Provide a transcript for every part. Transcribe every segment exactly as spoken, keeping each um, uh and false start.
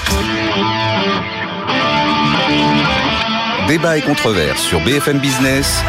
Débat et controverse sur B F M Business.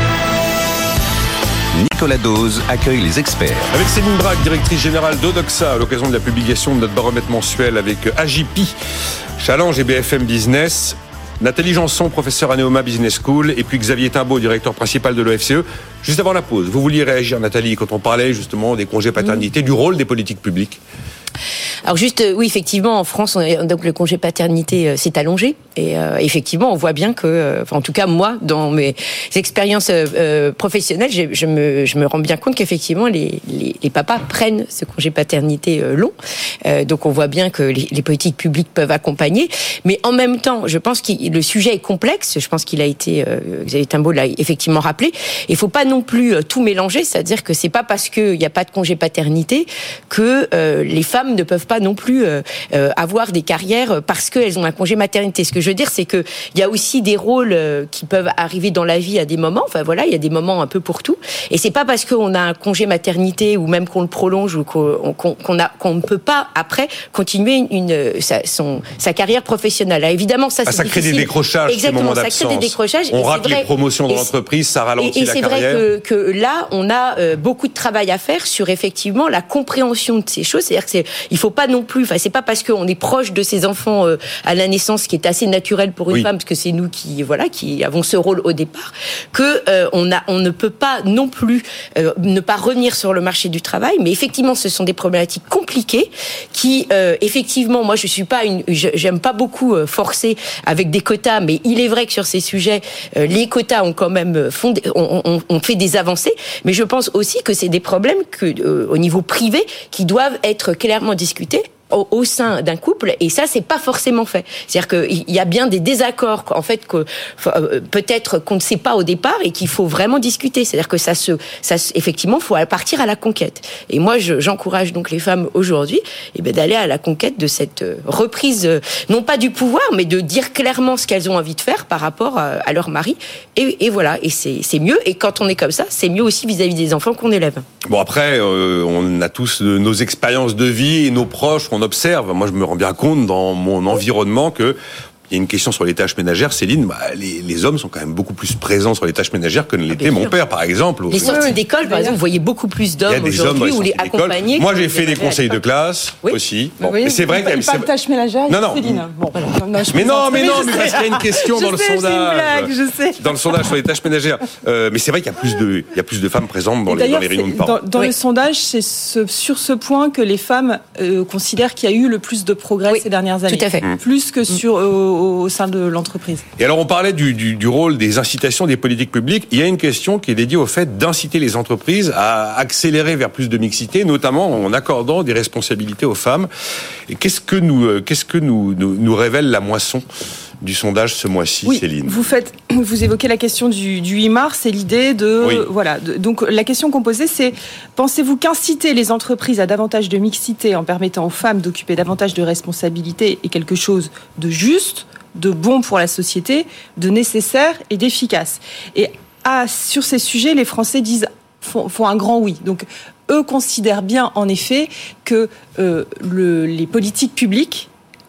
Nicolas Dose accueille les experts. Avec Céline Braque, directrice générale d'Odoxa, à l'occasion de la publication de notre baromètre mensuel avec A J P, Challenge et B F M Business. Nathalie Janson, professeure à Neoma Business School, et puis Xavier Timbaud, directeur principal de l'O F C E. Juste avant la pause, vous vouliez réagir, Nathalie, quand on parlait justement des congés paternité, mmh. du rôle des politiques publiques? Alors juste, oui, effectivement, en France, on est, donc le congé paternité euh, s'est allongé. Et euh, effectivement, on voit bien que, euh, enfin, en tout cas, moi, dans mes expériences euh, professionnelles, je, je, me, je me rends bien compte qu'effectivement, les, les, les papas prennent ce congé paternité euh, long. Euh, donc, on voit bien que les, les politiques publiques peuvent accompagner. Mais en même temps, je pense que le sujet est complexe. Je pense qu'il a été, euh, Xavier Timbaud l'a effectivement rappelé. Il faut pas non plus euh, tout mélanger. C'est-à-dire que c'est pas parce qu'il n'y a pas de congé paternité que euh, les femmes ne peuvent pas non plus euh, euh, avoir des carrières parce qu'elles ont un congé maternité. Ce que je veux dire, c'est que il y a aussi des rôles euh, qui peuvent arriver dans la vie à des moments. Enfin voilà, il y a des moments un peu pour tout. Et c'est pas parce qu'on a un congé maternité ou même qu'on le prolonge ou qu'on, qu'on, qu'on, a, qu'on ne peut pas après continuer une, une sa, son, sa carrière professionnelle. Alors, évidemment, ça, ah, c'est ça crée difficile. des décrochages. Exactement, ces moments ça crée des décrochages. On et rate les promotions dans l'entreprise, ça ralentit et, et la c'est carrière. C'est vrai que, que là, on a euh, beaucoup de travail à faire sur effectivement la compréhension de ces choses. C'est-à-dire que c'est, il faut pas non plus. Enfin, c'est pas parce qu'on est proche de ses enfants euh, à la naissance, qui est assez naturel pour une oui. femme, parce que c'est nous qui, voilà, qui avons ce rôle au départ, que euh, on a, on ne peut pas non plus euh, ne pas revenir sur le marché du travail. Mais effectivement, ce sont des problématiques compliquées qui, euh, effectivement, moi, je suis pas une, j'aime pas beaucoup euh, forcer avec des quotas, mais il est vrai que sur ces sujets, euh, les quotas ont quand même fondé, on, on, on fait des avancées. Mais je pense aussi que c'est des problèmes que, euh, au niveau privé, qui doivent être clairement discutés Au, au sein d'un couple, et ça c'est pas forcément fait. C'est-à-dire qu'il y a bien des désaccords en fait que euh, peut-être qu'on ne sait pas au départ et qu'il faut vraiment discuter. C'est-à-dire que ça se, ça effectivement, faut partir à la conquête. Et moi, je, j'encourage donc les femmes aujourd'hui, eh ben d'aller à la conquête de cette reprise, non pas du pouvoir, mais de dire clairement ce qu'elles ont envie de faire par rapport à, à leur mari. Et, et voilà, et c'est, c'est mieux. Et quand on est comme ça, c'est mieux aussi vis-à-vis des enfants qu'on élève. Bon après, euh, on a tous nos expériences de vie et nos proches. On observe, moi je me rends bien compte dans mon environnement que il y a une question sur les tâches ménagères, Céline, bah, les, les hommes sont quand même beaucoup plus présents sur les tâches ménagères que ne l'était ah, mon père, par exemple. Les sorties d'école, par exemple, vous voyez beaucoup plus d'hommes aujourd'hui où les accompagnés. Moi, j'ai fait des conseils de classe oui. aussi. Bon, oui, mais c'est vrai qu'il y a pas de tâches ménagères. Non, non. Céline. Bon, voilà. non, mais non, mais non, mais parce qu'il y a une question dans le sais, sondage. C'est une blague, je sais. Dans le sondage sur les tâches ménagères. Euh, mais c'est vrai qu'il y a plus de, il y a plus de femmes présentes dans, les, dans les réunions de parents. Dans, dans oui. le sondage, c'est ce, sur ce point que les femmes euh, considèrent qu'il y a eu le plus de progrès oui. ces dernières années. Tout à fait. Plus que sur euh, au sein de l'entreprise. Et alors on parlait du, du, du rôle des incitations des politiques publiques. Il y a une question qui est dédiée au fait d'inciter les entreprises à accélérer vers plus de mixité, notamment en accordant des responsabilités aux femmes. Et qu'est-ce que nous, qu'est-ce que nous, nous, nous révèle la moisson du sondage ce mois-ci, oui, Céline? Vous faites, vous évoquez la question du, du huit mars et l'idée de, oui. voilà. De, donc la question qu'on posait, c'est pensez-vous qu'inciter les entreprises à davantage de mixité en permettant aux femmes d'occuper davantage de responsabilités est quelque chose de juste, de bon pour la société, de nécessaire et d'efficace. Et ah, sur ces sujets, les Français disent font, font un grand oui. Donc eux considèrent bien en effet que euh, le, les politiques publiques,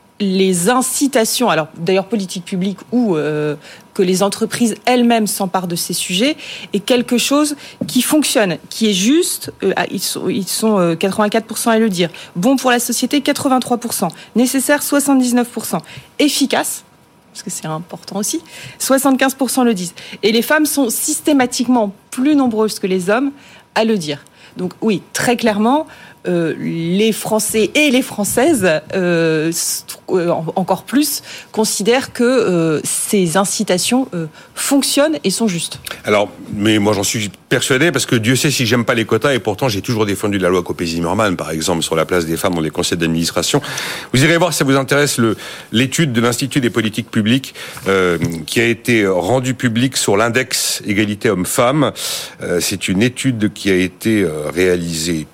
les incitations, alors d'ailleurs politiques publiques ou euh, que les entreprises elles-mêmes s'emparent de ces sujets, est quelque chose qui fonctionne, qui est juste. Euh, ils sont, ils sont euh, quatre-vingt-quatre pour cent à le dire. Bon pour la société, quatre-vingt-trois pour cent. Nécessaire, soixante-dix-neuf pour cent. Efficace, parce que c'est important aussi, soixante-quinze pour cent le disent. Et les femmes sont systématiquement plus nombreuses que les hommes à le dire. Donc oui, très clairement, euh, les Français et les Françaises, euh, euh, encore plus, considèrent que euh, ces incitations euh, fonctionnent et sont justes. Alors, mais moi j'en suis persuadé, parce que Dieu sait si j'aime pas les quotas, et pourtant j'ai toujours défendu la loi Copé-Zimmermann, par exemple, sur la place des femmes dans les conseils d'administration. Vous irez voir si ça vous intéresse le, l'étude de l'Institut des politiques publiques euh, qui a été rendue publique sur l'index égalité hommes-femmes. Euh, c'est une étude qui a été euh, réalisée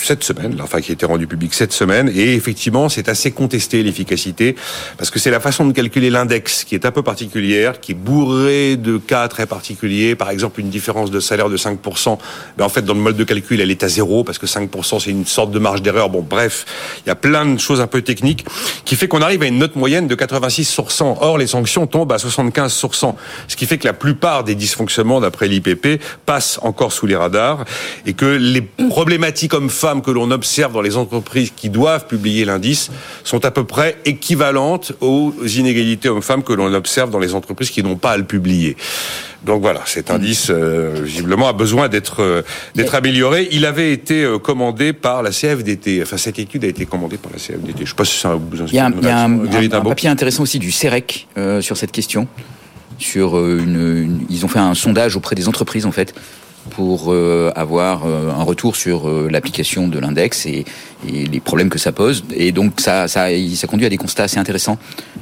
cette semaine, là, enfin qui a été rendu public cette semaine, et effectivement c'est assez contesté l'efficacité, parce que c'est la façon de calculer l'index qui est un peu particulière, qui est bourrée de cas très particuliers. Par exemple, une différence de salaire de cinq pour cent, mais en fait dans le mode de calcul elle est à zéro, parce que cinq pour cent c'est une sorte de marge d'erreur. Bon bref, il y a plein de choses un peu techniques qui fait qu'on arrive à une note moyenne de quatre-vingt-six pour cent. Or les sanctions tombent à soixante-quinze pour cent, ce qui fait que la plupart des dysfonctionnements d'après l'I P P passent encore sous les radars, et que les problématiques hommes-femmes que l'on observe dans les entreprises qui doivent publier l'indice sont à peu près équivalentes aux inégalités hommes-femmes que l'on observe dans les entreprises qui n'ont pas à le publier. Donc voilà, cet indice, euh, visiblement, a besoin d'être euh, d'être amélioré. Il avait été euh, commandé par la C F D T. Enfin, cette étude a été commandée par la C F D T. Je ne sais pas si c'est un... Il y a un, il y a un, un, un papier intéressant aussi du C E R E C euh, sur cette question. Sur euh, une, une, ils ont fait un sondage auprès des entreprises, en fait, pour euh, avoir euh, un retour sur euh, l'application de l'index et, et les problèmes que ça pose. Et donc, ça, ça, ça conduit à des constats assez intéressants.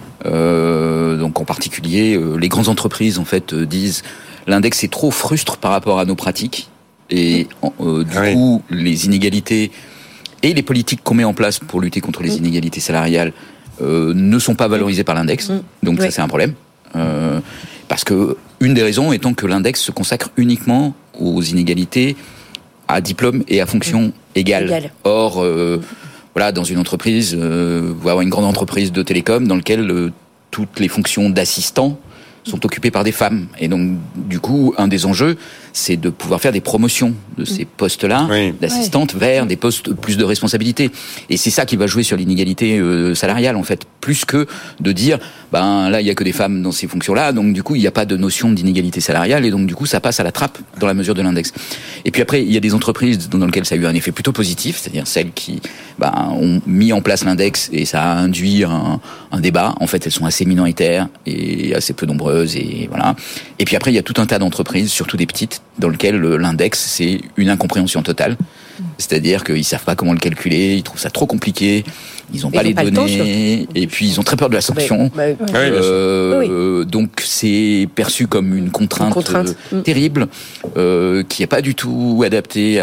Euh, donc en particulier, euh, les grandes entreprises en fait euh, disent l'index est trop frustre par rapport à nos pratiques et euh, du oui. coup les inégalités et les politiques qu'on met en place pour lutter contre les inégalités salariales euh, ne sont pas valorisées par l'index. Donc oui. ça c'est un problème euh, parce que une des raisons étant que l'index se consacre uniquement aux inégalités à diplôme et à fonction égale. Égal. Or euh, Voilà, dans une entreprise, euh, vous pouvez avoir une grande entreprise de télécom dans laquelle euh, toutes les fonctions d'assistants sont occupées par des femmes. Et donc, du coup, un des enjeux, c'est de pouvoir faire des promotions de ces postes-là, oui. d'assistantes, vers des postes plus de responsabilité. Et c'est ça qui va jouer sur l'inégalité euh, salariale, en fait, plus que de dire, ben là, il y a que des femmes dans ces fonctions-là, donc du coup, il n'y a pas de notion d'inégalité salariale, et donc du coup, ça passe à la trappe dans la mesure de l'index. Et puis après, il y a des entreprises dans lesquelles ça a eu un effet plutôt positif, c'est-à-dire celles qui ben, ont mis en place l'index, et ça a induit un, un débat. En fait, elles sont assez minoritaires et assez peu nombreuses, et voilà. Et puis après, il y a tout un tas d'entreprises, surtout des petites, dans lequel l'index, c'est une incompréhension totale. C'est-à-dire qu'ils savent pas comment le calculer, ils trouvent ça trop compliqué, ils ont pas les pas données, et puis ils ont très peur de la sanction. Bah, bah, euh, oui, euh, donc c'est perçu comme une contrainte, une contrainte. Euh, terrible, euh, qui est pas du tout adaptée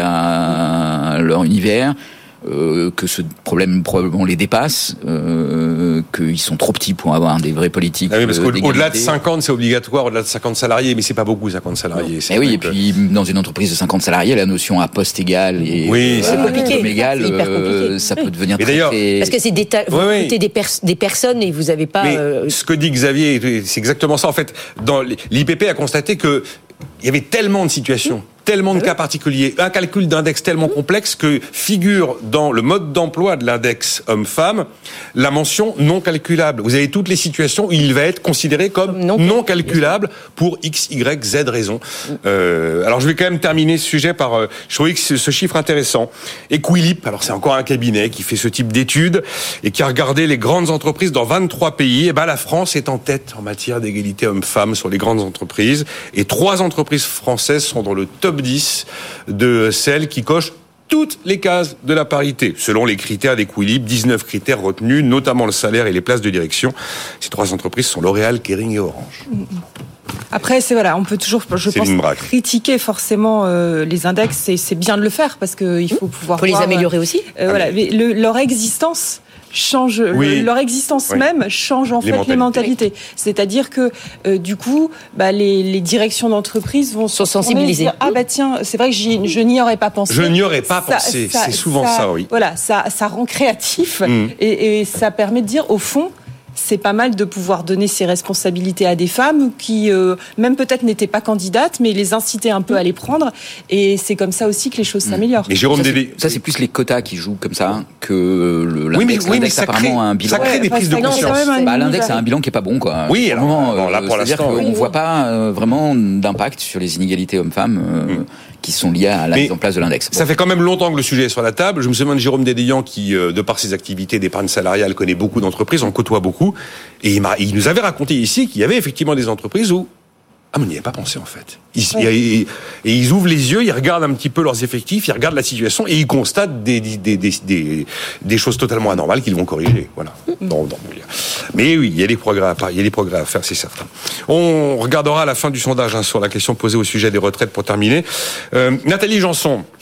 à leur univers. Euh, que ce problème probablement les dépasse, euh, qu'ils sont trop petits pour avoir des vraies politiques. Ah oui, parce qu'au-delà de cinquante, c'est obligatoire, au-delà de cinquante salariés, mais c'est pas beaucoup, cinquante salariés. Et oui, et puis dans une entreprise de cinquante salariés, la notion à poste égal et oui, c'est euh, compliqué. Égal, euh, ça peut devenir mais très, très... Parce que c'est des ta... vous oui, recrutez oui. des, pers- des personnes et vous avez pas... Mais euh... ce que dit Xavier, c'est exactement ça. En fait, dans l'I P P a constaté que il y avait tellement de situations, tellement de cas particuliers, un calcul d'index tellement complexe que figure dans le mode d'emploi de l'index homme-femme la mention non calculable. Vous avez toutes les situations où il va être considéré comme non, non calculable pour X, Y, Z raison. Euh, alors je vais quand même terminer ce sujet par, euh, je trouvais que ce chiffre intéressant. Equilip, alors c'est encore un cabinet qui fait ce type d'études et qui a regardé les grandes entreprises dans vingt-trois pays. Et ben la France est en tête en matière d'égalité homme-femme sur les grandes entreprises. Et trois entreprises françaises sont dans le top dix de celles qui cochent toutes les cases de la parité, selon les critères d'Equilib, dix-neuf critères retenus, notamment le salaire et les places de direction. Ces trois entreprises sont L'Oréal, Kering et Orange. Après, c'est voilà, on peut toujours, je c'est pense, critiquer forcément euh, les index, c'est, c'est bien de le faire parce que il faut pouvoir. Faut voir, les améliorer euh, aussi. Euh, voilà, mais le, leur existence. change oui. le, leur existence oui. même change en les fait mentalités. les mentalités. C'est-à-dire que euh, du coup, bah, les, les directions d'entreprise vont sont sensibilisées. Dire, ah bah tiens, c'est vrai que j'y, je n'y aurais pas pensé. Je n'y aurais pas ça, pensé. Ça, c'est souvent ça, ça, oui. Voilà, ça, ça rend créatif mm. et, et ça permet de dire au fond. C'est pas mal de pouvoir donner ces responsabilités à des femmes qui, euh, même peut-être n'étaient pas candidates, mais les inciter un peu à les prendre. Et c'est comme ça aussi que les choses s'améliorent. Mais Jérôme ça, Dédé... c'est, ça, c'est plus les quotas qui jouent comme ça que le, l'index. Oui, mais, oui, mais ça apparemment crée, un bilan. Ça crée des prises de conscience. Bah, l'index a un bilan qui est pas bon, quoi. Oui, alors, moment, alors là, pour c'est-à-dire l'instant, qu'on oui. voit pas euh, vraiment d'impact sur les inégalités hommes-femmes. Euh, mm. qui sont liées à la mise en place de l'index. Bon. Ça fait quand même longtemps que le sujet est sur la table. Je me souviens de Jérôme Dédéian qui, de par ses activités d'épargne salariale, connaît beaucoup d'entreprises, en côtoie beaucoup. Et il, m'a, il nous avait raconté ici qu'il y avait effectivement des entreprises où ah, mais on n'y avait pas pensé, en fait. Ils, ouais. ils, et ils ouvrent les yeux, ils regardent un petit peu leurs effectifs, ils regardent la situation et ils constatent des, des, des, des, des choses totalement anormales qu'ils vont corriger. Voilà. Mm-hmm. Non, non, mais oui, il y a des progrès à, il y a des progrès à faire, c'est certain. On regardera à la fin du sondage hein, sur la question posée au sujet des retraites pour terminer. Euh, Nathalie Janson.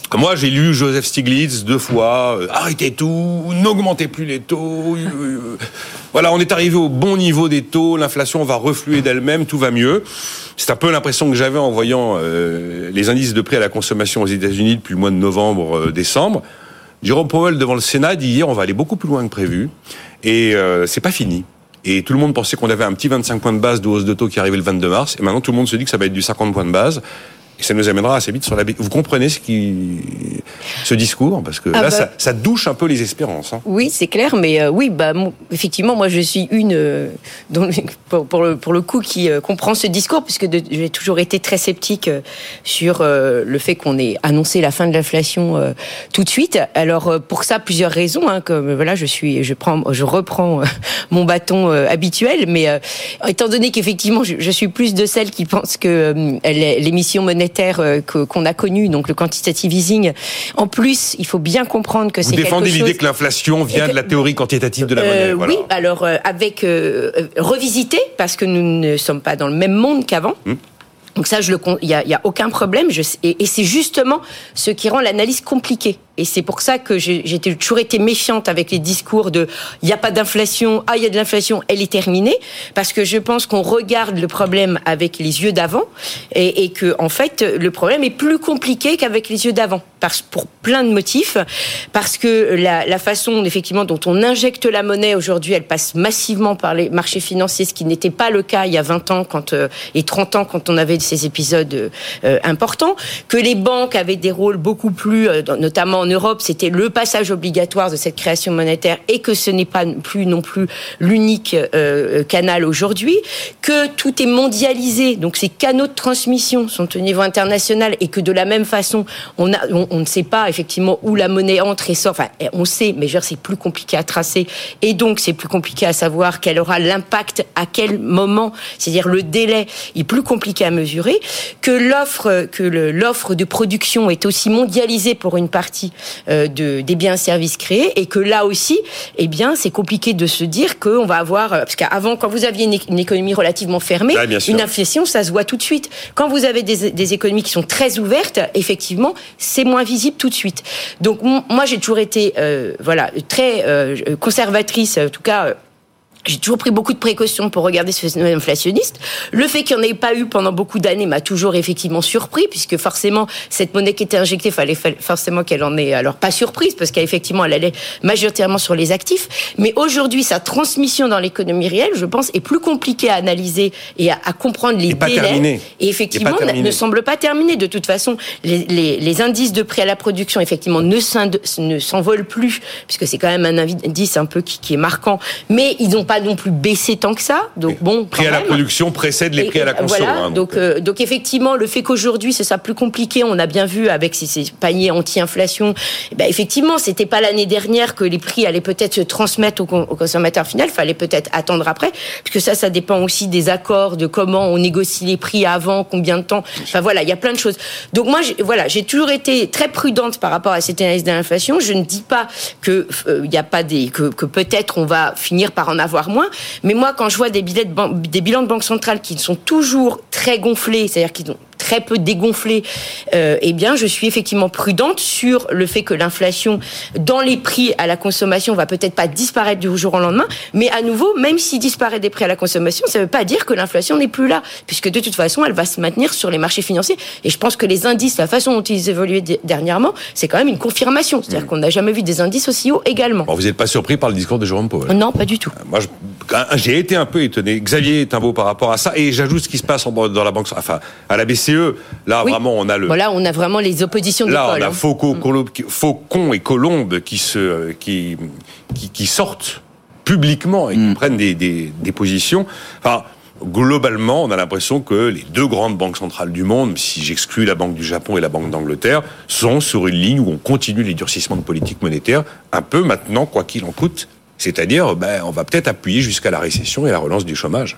Moi, j'ai lu Joseph Stiglitz deux fois. Euh, arrêtez tout, n'augmentez plus les taux. Euh, voilà, on est arrivé au bon niveau des taux. L'inflation va refluer d'elle-même, tout va mieux. C'est un peu l'impression que j'avais en voyant euh, les indices de prix à la consommation aux États-Unis depuis le mois de novembre-décembre. Euh, Jérôme Powell devant le Sénat dit hier, on va aller beaucoup plus loin que prévu, et euh, c'est pas fini. Et tout le monde pensait qu'on avait un petit vingt-cinq points de base de hausse de taux qui arrivait le vingt-deux mars, et maintenant tout le monde se dit que ça va être du cinquante points de base. Et ça nous amènera assez vite sur la... Vous comprenez ce, qui... ce discours ? Parce que ah là, bah... ça, ça douche un peu les espérances. Hein. Oui, c'est clair, mais euh, oui, bah, effectivement, moi, je suis une, euh, dont, pour, pour, le, pour le coup, qui euh, comprend ce discours, puisque de, j'ai toujours été très sceptique euh, sur euh, le fait qu'on ait annoncé la fin de l'inflation euh, tout de suite. Alors, euh, pour ça, plusieurs raisons. Hein, comme voilà, je suis, je prends, je reprends euh, mon bâton euh, habituel, mais euh, étant donné qu'effectivement, je, je suis plus de celles qui pensent que euh, l'émission monétaire Que, qu'on a connu, donc le quantitative easing. En plus, il faut bien comprendre que Vous c'est quelque chose... Vous défendez l'idée que l'inflation vient que, de la théorie quantitative de la monnaie. Euh, voilà. Oui, alors euh, avec euh, revisité, parce que nous ne sommes pas dans le même monde qu'avant. Hum. Donc ça, je le, il y a, il y a aucun problème. Je, et, et c'est justement ce qui rend l'analyse compliquée. Et c'est pour ça que j'ai, j'ai toujours été méfiante avec les discours de « il n'y a pas d'inflation, ah, il y a de l'inflation, elle est terminée », parce que je pense qu'on regarde le problème avec les yeux d'avant et, et que, en fait, le problème est plus compliqué qu'avec les yeux d'avant, parce, pour plein de motifs, parce que la, la façon, effectivement, dont on injecte la monnaie aujourd'hui, elle passe massivement par les marchés financiers, ce qui n'était pas le cas il y a vingt ans quand, euh, et trente ans quand on avait ces épisodes euh, importants, que les banques avaient des rôles beaucoup plus, euh, notamment en Europe, c'était le passage obligatoire de cette création monétaire et que ce n'est pas plus non plus l'unique euh, canal aujourd'hui, que tout est mondialisé, donc ces canaux de transmission sont au niveau international et que de la même façon, on, a, on, on ne sait pas effectivement où la monnaie entre et sort, enfin on sait, mais je veux dire, c'est plus compliqué à tracer et donc c'est plus compliqué à savoir quel aura l'impact à quel moment, c'est-à-dire le délai est plus compliqué à mesurer, que l'offre, que le, l'offre de production est aussi mondialisée pour une partie De, des biens et services créés et que là aussi, eh bien, c'est compliqué de se dire qu'on va avoir, parce qu'avant, quand vous aviez une, une économie relativement fermée, ah, une inflation, ça se voit tout de suite. Quand vous avez des, des économies qui sont très ouvertes, effectivement, c'est moins visible tout de suite. Donc, moi, j'ai toujours été, euh, voilà, très euh, conservatrice, en tout cas. Euh, J'ai toujours pris beaucoup de précautions pour regarder ce phénomène inflationniste. Le fait qu'il n'y en ait pas eu pendant beaucoup d'années m'a toujours effectivement surpris, puisque forcément, cette monnaie qui était injectée, fallait forcément qu'elle en ait, alors pas surprise, parce qu'effectivement, elle allait majoritairement sur les actifs. Mais aujourd'hui, sa transmission dans l'économie réelle, je pense, est plus compliquée à analyser et à, à comprendre les et délais. Terminé. Et effectivement, et ne semble pas terminée. De toute façon, les, les, les indices de prix à la production, effectivement, ne, ne s'envolent plus, puisque c'est quand même un indice un peu qui, qui est marquant. Mais ils n'ont pas non plus baissé tant que ça. Donc bon, prix à la production précède les prix à la conso. Voilà. Hein, donc, donc, euh, donc effectivement, le fait qu'aujourd'hui ce soit plus compliqué, on a bien vu avec ces, ces paniers anti-inflation. Eh ben, effectivement, c'était pas l'année dernière que les prix allaient peut-être se transmettre au, au consommateur final. Fallait peut-être attendre après, puisque ça, ça dépend aussi des accords, de comment on négocie les prix avant, combien de temps. Enfin voilà, il y a plein de choses. Donc moi, j'ai, voilà, j'ai toujours été très prudente par rapport à cette analyse de l'inflation. Je ne dis pas que il euh, y a pas des que, que peut-être on va finir par en avoir moins. Mais moi, quand je vois des, billets de ban- des bilans de banque centrale qui sont toujours très gonflés, c'est-à-dire qu'ils ont très peu dégonflé, euh, eh bien, je suis effectivement prudente sur le fait que l'inflation dans les prix à la consommation va peut-être pas disparaître du jour au lendemain, mais à nouveau, même s'il disparaît des prix à la consommation, ça ne veut pas dire que l'inflation n'est plus là, puisque de toute façon, elle va se maintenir sur les marchés financiers. Et je pense que les indices, la façon dont ils évoluaient dernièrement, c'est quand même une confirmation. C'est-à-dire mmh. qu'on n'a jamais vu des indices aussi hauts également. Bon, vous n'êtes pas surpris par le discours de Jérôme Powell ? Non, pas du tout. Moi, je, j'ai été un peu étonné. Xavier est un beau par rapport à ça, et j'ajoute ce qui se passe dans la banque, enfin, à la B C E. Là, oui. vraiment, on a le. Voilà, on a vraiment les oppositions de Là, Paul, on a hein. Faucon, Colombe, Faucon et Colombe qui se, qui, qui, qui sortent publiquement et qui mm. prennent des, des, des positions. Enfin, globalement, on a l'impression que les deux grandes banques centrales du monde, si j'exclus la Banque du Japon et la Banque d'Angleterre, sont sur une ligne où on continue les durcissements de politique monétaire, un peu maintenant, quoi qu'il en coûte. C'est-à-dire, ben, on va peut-être appuyer jusqu'à la récession et la relance du chômage.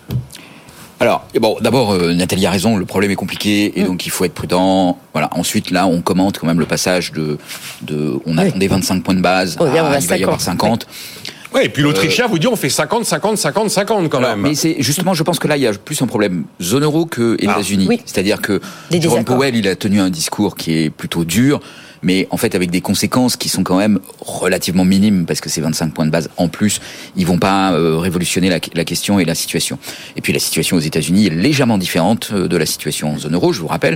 Alors, bon, d'abord, euh, Nathalie a raison, le problème est compliqué et mmh. donc il faut être prudent. Voilà. Ensuite, là, on commente quand même le passage de, de on attendait oui. vingt-cinq points de base, oh, à, il va y avoir cinquante. Oui. Ouais, et puis l'Autrichien euh, vous dit on fait cinquante, cinquante, cinquante, cinquante quand alors, même. Mais c'est justement, je pense que là, il y a plus un problème zone euro que États-Unis. Ah, oui. C'est-à-dire que Des Jérôme Powell, il a tenu un discours qui est plutôt dur, mais en fait avec des conséquences qui sont quand même relativement minimes, parce que ces vingt-cinq points de base en plus, ils vont pas euh, révolutionner la, la question et la situation. Et puis la situation aux États-Unis est légèrement différente de la situation en zone euro, je vous rappelle.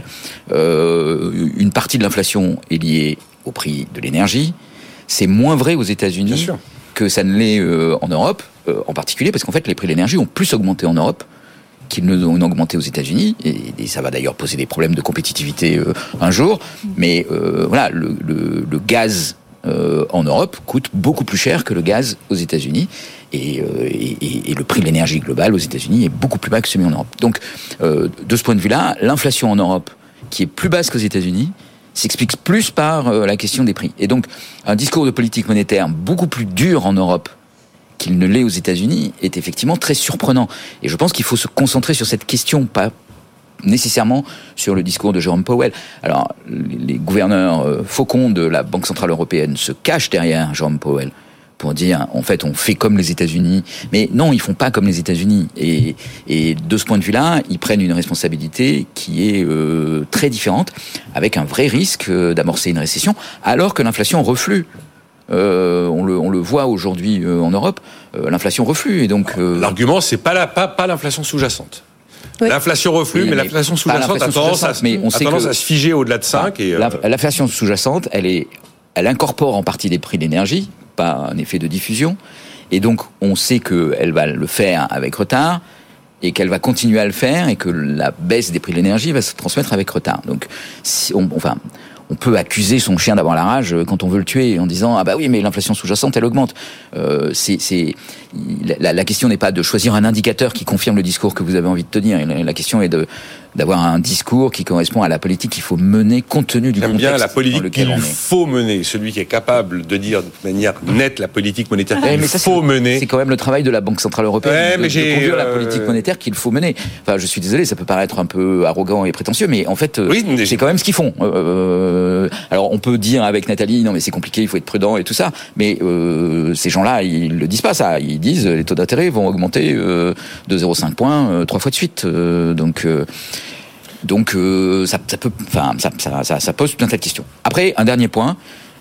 Euh, une partie de l'inflation est liée au prix de l'énergie. C'est moins vrai aux États-Unis que ça ne l'est euh, en Europe, euh, en particulier parce qu'en fait les prix de l'énergie ont plus augmenté en Europe qu'ils ne ont augmenté aux États-Unis, et, et ça va d'ailleurs poser des problèmes de compétitivité euh, un jour. Mais euh, voilà, le, le, le gaz euh, en Europe coûte beaucoup plus cher que le gaz aux États-Unis, et, euh, et, et le prix de l'énergie global aux États-Unis est beaucoup plus bas que celui en Europe. Donc, euh, de ce point de vue-là, l'inflation en Europe, qui est plus basse qu'aux États-Unis, s'explique plus par euh, la question des prix. Et donc, un discours de politique monétaire beaucoup plus dur en Europe qu'il ne l'est aux États-Unis est effectivement très surprenant. Et je pense qu'il faut se concentrer sur cette question, pas nécessairement sur le discours de Jérôme Powell. Alors, les gouverneurs euh, faucons de la Banque Centrale Européenne se cachent derrière Jérôme Powell pour dire, en fait, on fait comme les États-Unis. Mais non, ils font pas comme les États-Unis. Et, et de ce point de vue-là, ils prennent une responsabilité qui est euh, très différente, avec un vrai risque euh, d'amorcer une récession, alors que l'inflation reflue. Euh, on le on le voit aujourd'hui euh, en Europe, euh, l'inflation reflue, et donc euh... l'argument c'est pas la pas pas l'inflation sous-jacente. Oui. L'inflation reflue, oui, mais, mais l'inflation sous-jacente a tendance, à, mais on a sait tendance que, à se figer au-delà de cinq. Et, euh... l'inflation sous-jacente, elle est, elle incorpore en partie les prix d'énergie, pas un effet de diffusion, et donc on sait que elle va le faire avec retard, et qu'elle va continuer à le faire, et que la baisse des prix de l'énergie va se transmettre avec retard. Donc, si on, enfin. On peut accuser son chien d'avoir la rage quand on veut le tuer en disant ah bah oui mais l'inflation sous-jacente elle augmente. Euh, c'est c'est la, la question n'est pas de choisir un indicateur qui confirme le discours que vous avez envie de tenir. La, la question est de d'avoir un discours qui correspond à la politique qu'il faut mener compte tenu du J'aime contexte. Bien la politique qu'il faut mener, celui qui est capable de dire de manière nette la politique monétaire qu'il mais ça, faut c'est, mener. C'est quand même le travail de la Banque Centrale Européenne ouais, de, mais de j'ai, conduire euh... la politique monétaire qu'il faut mener. Enfin, je suis désolé, ça peut paraître un peu arrogant et prétentieux, mais en fait, oui, mais... c'est quand même ce qu'ils font. Euh, alors, on peut dire avec Nathalie, non mais c'est compliqué, il faut être prudent et tout ça, mais euh, ces gens-là, ils le disent pas ça. Ils disent les taux d'intérêt vont augmenter euh, de zéro virgule cinq points euh, trois fois de suite. Euh, donc euh, Donc euh, ça, ça peut, enfin ça, ça, ça, ça pose tout un tas de questions. Après, un dernier point,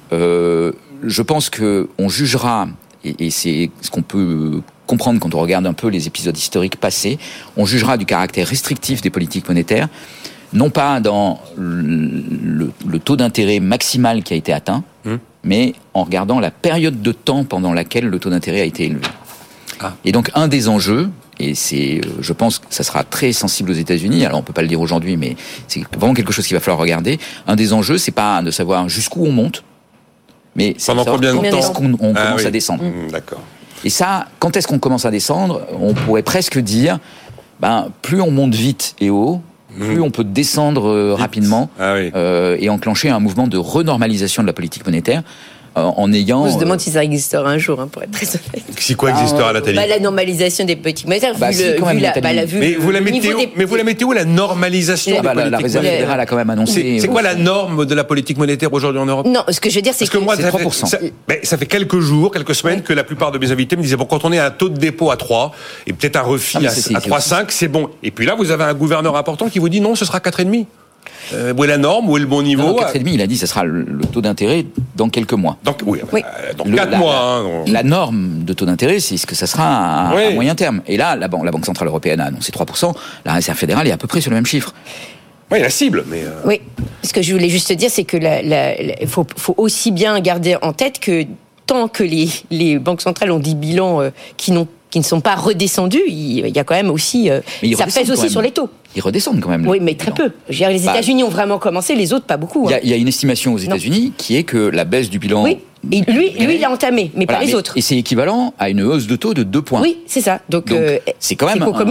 euh, je pense que on jugera, et, et c'est ce qu'on peut comprendre quand on regarde un peu les épisodes historiques passés, on jugera du caractère restrictif des politiques monétaires, non pas dans le, le, le taux d'intérêt maximal qui a été atteint, mmh. mais en regardant la période de temps pendant laquelle le taux d'intérêt a été élevé. Ah. Et donc un des enjeux, et c'est, je pense que ça sera très sensible aux États-Unis, alors on peut pas le dire aujourd'hui, mais c'est vraiment quelque chose qu'il va falloir regarder. Un des enjeux, c'est pas de savoir jusqu'où on monte, mais c'est pendant combien de temps est-ce qu'on on ah, commence oui. à descendre. Mmh, d'accord. Et ça, quand est-ce qu'on commence à descendre? On pourrait presque dire, ben, plus on monte vite et haut, plus mmh. on peut descendre euh, rapidement ah, oui. euh, et enclencher un mouvement de renormalisation de la politique monétaire. En ayant. On se demande euh... si ça existera un jour, hein, pour être très honnête. Si quoi existera, ah, Nathalie? Bah, la normalisation des politiques monétaires. Bah, vu si, le, quand même, vu la, bah, la, vu mais vous la mettez où, des... mais vous la mettez où la normalisation ah, des bah, politiques la, la Réserve fédérale a quand même annoncé. C'est, c'est quoi la norme de la politique monétaire aujourd'hui en Europe? Non, ce que je veux dire, c'est Parce que, que moi, c'est ça trois pour cent. Fait, ça, ben, ça fait quelques jours, quelques semaines oui. que la plupart de mes invités me disaient bon, quand on est à un taux de dépôt à trois et peut-être un refit ah, à, c'est, à trois virgule cinq, c'est bon. Et puis là, vous avez un gouverneur important qui vous dit non, ce sera quatre virgule cinq. Euh, où est la norme, où est le bon niveau? Non, quatre virgule cinq, il a dit que ce sera le, le taux d'intérêt dans quelques mois. Donc, oui, oui. Euh, donc quatre la, mois. La, hein. la norme de taux d'intérêt, c'est ce que ça sera à, oui. à moyen terme. Et là, la, la Banque Centrale Européenne a annoncé trois pour cent, la Réserve fédérale est à peu près sur le même chiffre. Oui, la cible, mais... Euh... Oui, ce que je voulais juste dire, c'est que il faut, faut aussi bien garder en tête que tant que les, les banques centrales ont des bilans euh, qui n'ont qui ne sont pas redescendus, il y a quand même aussi... Euh, ça pèse aussi sur les taux. Ils redescendent quand même. Oui, mais très peu. Je veux dire, les États-Unis bah, ont vraiment commencé, les autres pas beaucoup. Il hein. y, y a une estimation aux États-Unis non. qui est que la baisse du bilan... Oui, et lui, lui il a entamé, mais voilà, pas les mais, autres. Et c'est équivalent à une hausse de taux de deux points. Oui, c'est ça. Donc, Donc euh, c'est quand même... C'est concomitant.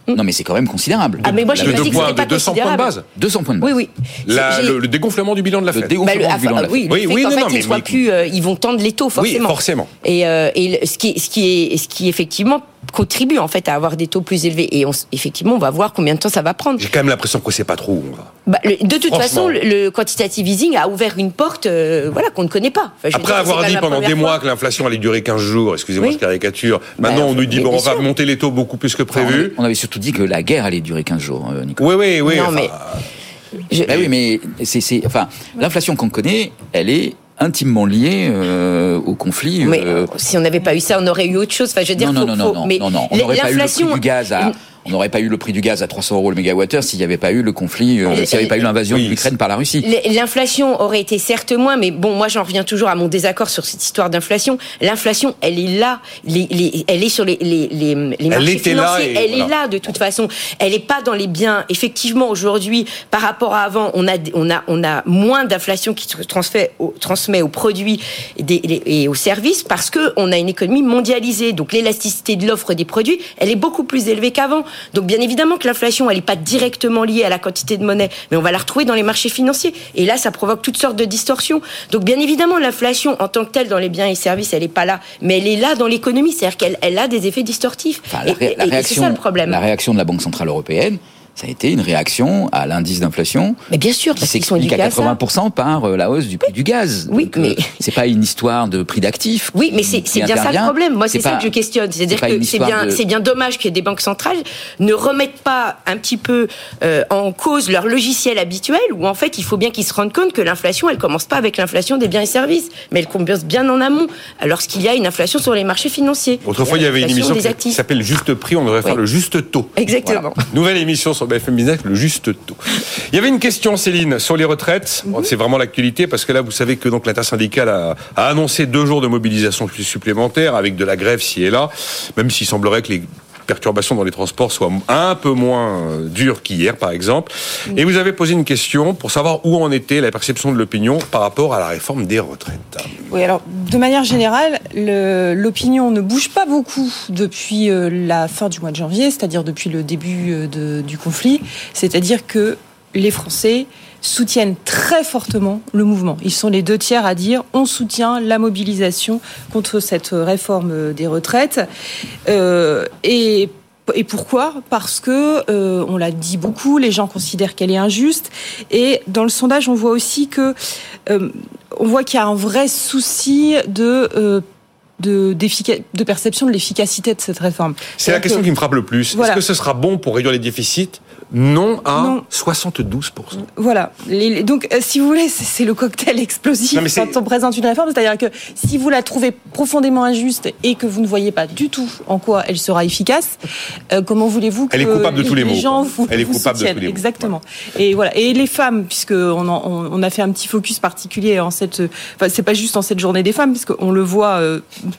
Non, mais c'est quand même considérable. Ah, mais moi, j'ai de pas dit que points, c'était pas de deux cents points de base. deux cents points de base. Oui, oui. La, le, le dégonflement du bilan de la Fed. Le dégonflement bah, le, du bilan de la Fed. Oui, oui, oui, oui, en non, fait, non, ils soient mais, plus, euh, ils vont tendre les taux, forcément. Oui, forcément. Et, euh, et ce qui, ce qui est, ce qui effectivement contribue en fait à avoir des taux plus élevés. Et on, effectivement, on va voir combien de temps ça va prendre. J'ai quand même l'impression qu'on ne sait pas trop où on va. Bah, le, de toute façon, le, le quantitative easing a ouvert une porte, euh, voilà, qu'on ne connaît pas. Enfin, Après dire, avoir dit pendant des mois fois. que l'inflation allait durer quinze jours, excusez-moi oui. cette caricature, maintenant bah, on nous dit bon, on va monter les taux beaucoup plus que prévu. Enfin, on, avait, on avait surtout dit que la guerre allait durer quinze jours, euh, Nicolas. Oui, oui, oui. Non, enfin, mais... Je... Bah oui, mais c'est, c'est, enfin, l'inflation qu'on connaît, elle est intimement liée euh, au conflit. Mais euh... si on n'avait pas eu ça, on aurait eu autre chose. Enfin, je veux dire, non, faut, non, faut... non, non, mais non, non, on n'aurait pas eu le prix du gaz à. On n'aurait pas eu le prix du gaz à trois cents euros le mégawattheure s'il n'y avait pas eu le conflit, euh, s'il n'y avait pas eu l'invasion oui. de l'Ukraine par la Russie. L'inflation aurait été certes moins, mais bon, moi j'en reviens toujours à mon désaccord sur cette histoire d'inflation. L'inflation, elle est là, les, les, elle est sur les, les, les, les marchés financiers, elle voilà. est là de toute façon. Elle n'est pas dans les biens. Effectivement, aujourd'hui, par rapport à avant, on a, on a, on a moins d'inflation qui se transmet, au, transmet aux produits et, des, et aux services parce que on a une économie mondialisée. Donc l'élasticité de l'offre des produits, elle est beaucoup plus élevée qu'avant. Donc bien évidemment que l'inflation, elle n'est pas directement liée à la quantité de monnaie, mais on va la retrouver dans les marchés financiers. Et là, ça provoque toutes sortes de distorsions. Donc bien évidemment, l'inflation en tant que telle dans les biens et services, elle n'est pas là, mais elle est là dans l'économie, c'est-à-dire qu'elle elle a des effets distortifs. Enfin, la, et, la et, réaction, et c'est ça le problème. La réaction de la Banque centrale européenne, ça a été une réaction à l'indice d'inflation. Mais bien sûr, parce qu'ils sont éduqués à quatre-vingts pour cent par la hausse du prix oui. du gaz. Oui, Donc, mais euh, c'est pas une histoire de prix d'actifs. Oui, mais c'est, c'est bien ça le problème. Moi, c'est, c'est ça pas, que je questionne. C'est-à-dire c'est que c'est bien, de... c'est bien dommage que des banques centrales ne remettent pas un petit peu euh, en cause leur logiciel habituel, où en fait, il faut bien qu'ils se rendent compte que l'inflation, elle commence pas avec l'inflation des biens et services, mais elle commence bien en amont, lorsqu'il y a une inflation sur les marchés financiers. Autrefois, il y, il y avait une émission qui, qui s'appelle Juste Prix. On devrait faire oui. le juste taux. Exactement. Voilà. Nouvelle émission sur B F M Business, le juste taux. Il y avait une question, Céline, sur les retraites. Mm-hmm. C'est vraiment l'actualité parce que là, vous savez que donc l'intersyndicale a, a annoncé deux jours de mobilisation supplémentaire avec de la grève ci et là, même s'il semblerait que les perturbations dans les transports soient un peu moins dures qu'hier, par exemple. Mm-hmm. Et vous avez posé une question pour savoir où en était la perception de l'opinion par rapport à la réforme des retraites. Oui, alors, de manière générale, le, l'opinion ne bouge pas beaucoup depuis euh, la fin du mois de janvier, c'est-à-dire depuis le début euh, de, du conflit. C'est-à-dire que les Français soutiennent très fortement le mouvement. Ils sont les deux tiers à dire on soutient la mobilisation contre cette réforme des retraites. Euh, et Et pourquoi ? Parce que, euh, on l'a dit beaucoup, les gens considèrent qu'elle est injuste. Et dans le sondage, on voit aussi que, euh, on voit qu'il y a un vrai souci de euh, De, de perception de l'efficacité de cette réforme. C'est, C'est la question que, qui me frappe le plus. Voilà. Est-ce que ce sera bon pour réduire les déficits ? Non à non. soixante-douze pour cent. Voilà. Les, donc, euh, si vous voulez, c'est, c'est le cocktail explosif non, quand on présente une réforme. C'est-à-dire que si vous la trouvez profondément injuste et que vous ne voyez pas du tout en quoi elle sera efficace, euh, comment voulez-vous que elle est coupable de tous les, les mots, gens vous, elle est vous coupable soutiennent ? De tous les Exactement. mots. Et voilà. Et les femmes, puisque on, en, on, on a fait un petit focus particulier en cette, enfin, c'est pas juste en cette journée des femmes, puisqu'on le voit, euh,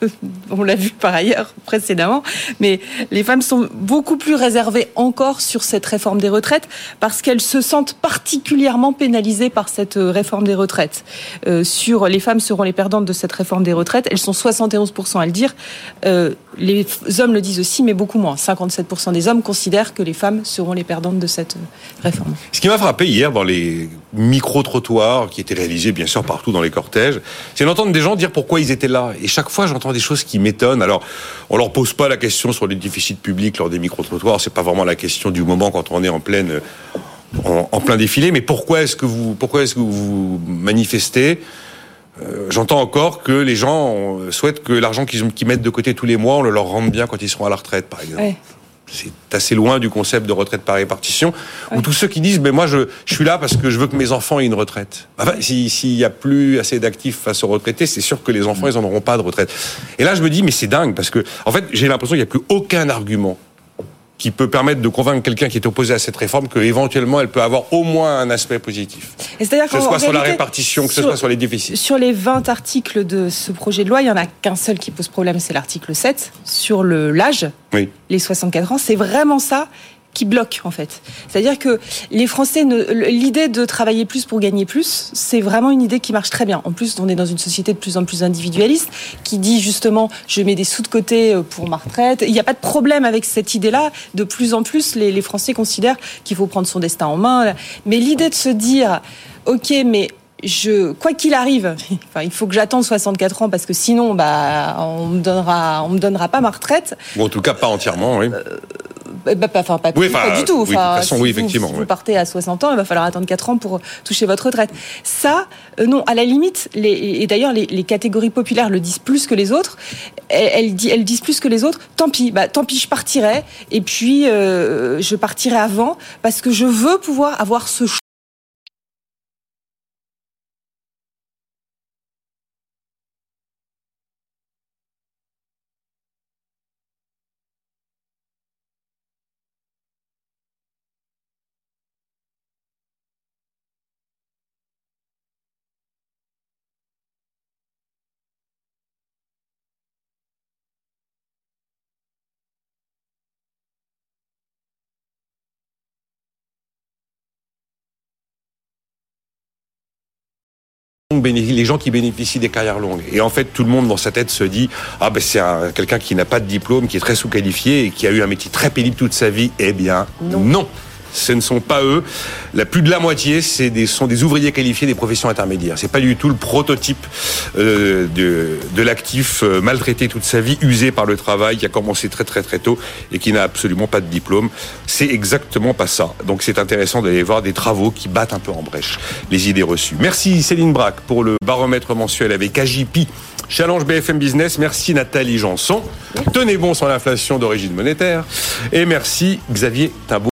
on l'a vu par ailleurs précédemment, mais les femmes sont beaucoup plus réservées encore sur cette réforme des retraites parce qu'elles se sentent particulièrement pénalisées par cette réforme des retraites. Euh, sur les femmes seront les perdantes de cette réforme des retraites, elles sont soixante et onze pour cent à le dire. Euh, les hommes le disent aussi, mais beaucoup moins. cinquante-sept pour cent des hommes considèrent que les femmes seront les perdantes de cette réforme. Ce qui m'a frappé hier dans les micro-trottoirs qui étaient réalisés bien sûr partout dans les cortèges, c'est d'entendre des gens dire pourquoi ils étaient là. Et chaque fois, j'entends des choses qui m'étonnent. Alors, on leur pose pas la question sur les déficits publics lors des micro-trottoirs. C'est pas vraiment la question du moment quand on est en pleine, en, en plein défilé. Mais pourquoi est-ce que vous, pourquoi est-ce que vous manifestez ? Euh, j'entends encore que les gens souhaitent que l'argent qu'ils, qu'ils mettent de côté tous les mois, on le leur rende bien quand ils seront à la retraite, par exemple. Ouais. C'est assez loin du concept de retraite par répartition. Ouais. Ou tous ceux qui disent, mais moi, je, je suis là parce que je veux que mes enfants aient une retraite. Enfin, si, s'il y a plus assez d'actifs face aux retraités, c'est sûr que les enfants, ils en auront pas de retraite. Et là, je me dis, mais c'est dingue parce que, en fait, j'ai l'impression qu'il n'y a plus aucun argument qui peut permettre de convaincre quelqu'un qui est opposé à cette réforme qu'éventuellement elle peut avoir au moins un aspect positif. Et c'est-à-dire que ce soit sur la répartition, que ce soit sur les déficits. Sur les vingt articles de ce projet de loi, il n'y en a qu'un seul qui pose problème, c'est l'article sept, sur le, l'âge, oui. les soixante-quatre ans. C'est vraiment ça qui bloque en fait. C'est-à-dire que les Français, ne, l'idée de travailler plus pour gagner plus, c'est vraiment une idée qui marche très bien. En plus, on est dans une société de plus en plus individualiste qui dit justement, je mets des sous de côté pour ma retraite. Il n'y a pas de problème avec cette idée-là. De plus en plus, les, les Français considèrent qu'il faut prendre son destin en main. Mais l'idée de se dire, ok, mais je, quoi qu'il arrive, enfin, il faut que j'attende soixante-quatre ans parce que sinon, bah, on me donnera, on me donnera pas ma retraite. Bon, en tout cas, pas entièrement, oui. Euh, Bah, pas, enfin, pas, oui, pas enfin, du tout. Oui, enfin, de toute façon, si oui, vous, effectivement. si oui. vous partez à soixante ans, il va falloir attendre quatre ans pour toucher votre retraite. Ça, euh, non, à la limite, les, et d'ailleurs, les, les catégories populaires le disent plus que les autres, elles, elles, elles disent plus que les autres, tant pis, bah, tant pis, je partirai, et puis euh, je partirai avant, parce que je veux pouvoir avoir ce choix. Les gens qui bénéficient des carrières longues. Et en fait, tout le monde dans sa tête se dit ah ben c'est un, quelqu'un qui n'a pas de diplôme, qui est très sous-qualifié et qui a eu un métier très pénible toute sa vie. Eh bien, non. non. Ce ne sont pas eux. La plus de la moitié, c'est des, sont des ouvriers qualifiés des professions intermédiaires. C'est pas du tout le prototype euh, de, de l'actif euh, maltraité toute sa vie, usé par le travail, qui a commencé très très très tôt et qui n'a absolument pas de diplôme. C'est exactement pas ça. Donc c'est intéressant d'aller voir des travaux qui battent un peu en brèche les idées reçues. Merci Céline Braque pour le baromètre mensuel avec A J P. Challenge B F M Business. Merci Nathalie Janson. Tenez bon sur l'inflation d'origine monétaire. Et merci Xavier Timbaud.